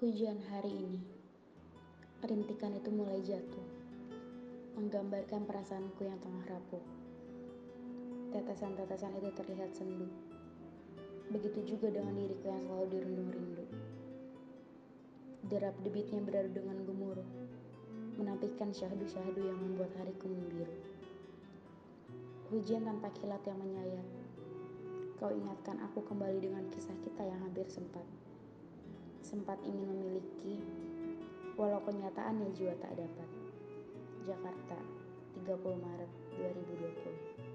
Hujan hari ini, rintikan itu mulai jatuh, menggambarkan perasaanku yang tengah rapuh. Tetesan-tetesan itu terlihat sendu. Begitu juga dengan diriku yang selalu dirundung rindu. Derap debitnya beradu dengan gemuruh, menampilkan syahdu-syahdu yang membuat hariku membiru. Hujan tanpa kilat yang menyayat, kau ingatkan aku kembali dengan kisah kita yang hampir sempat ingin memiliki, walau kenyataannya jua tak dapat. Jakarta, 30 Maret 2020.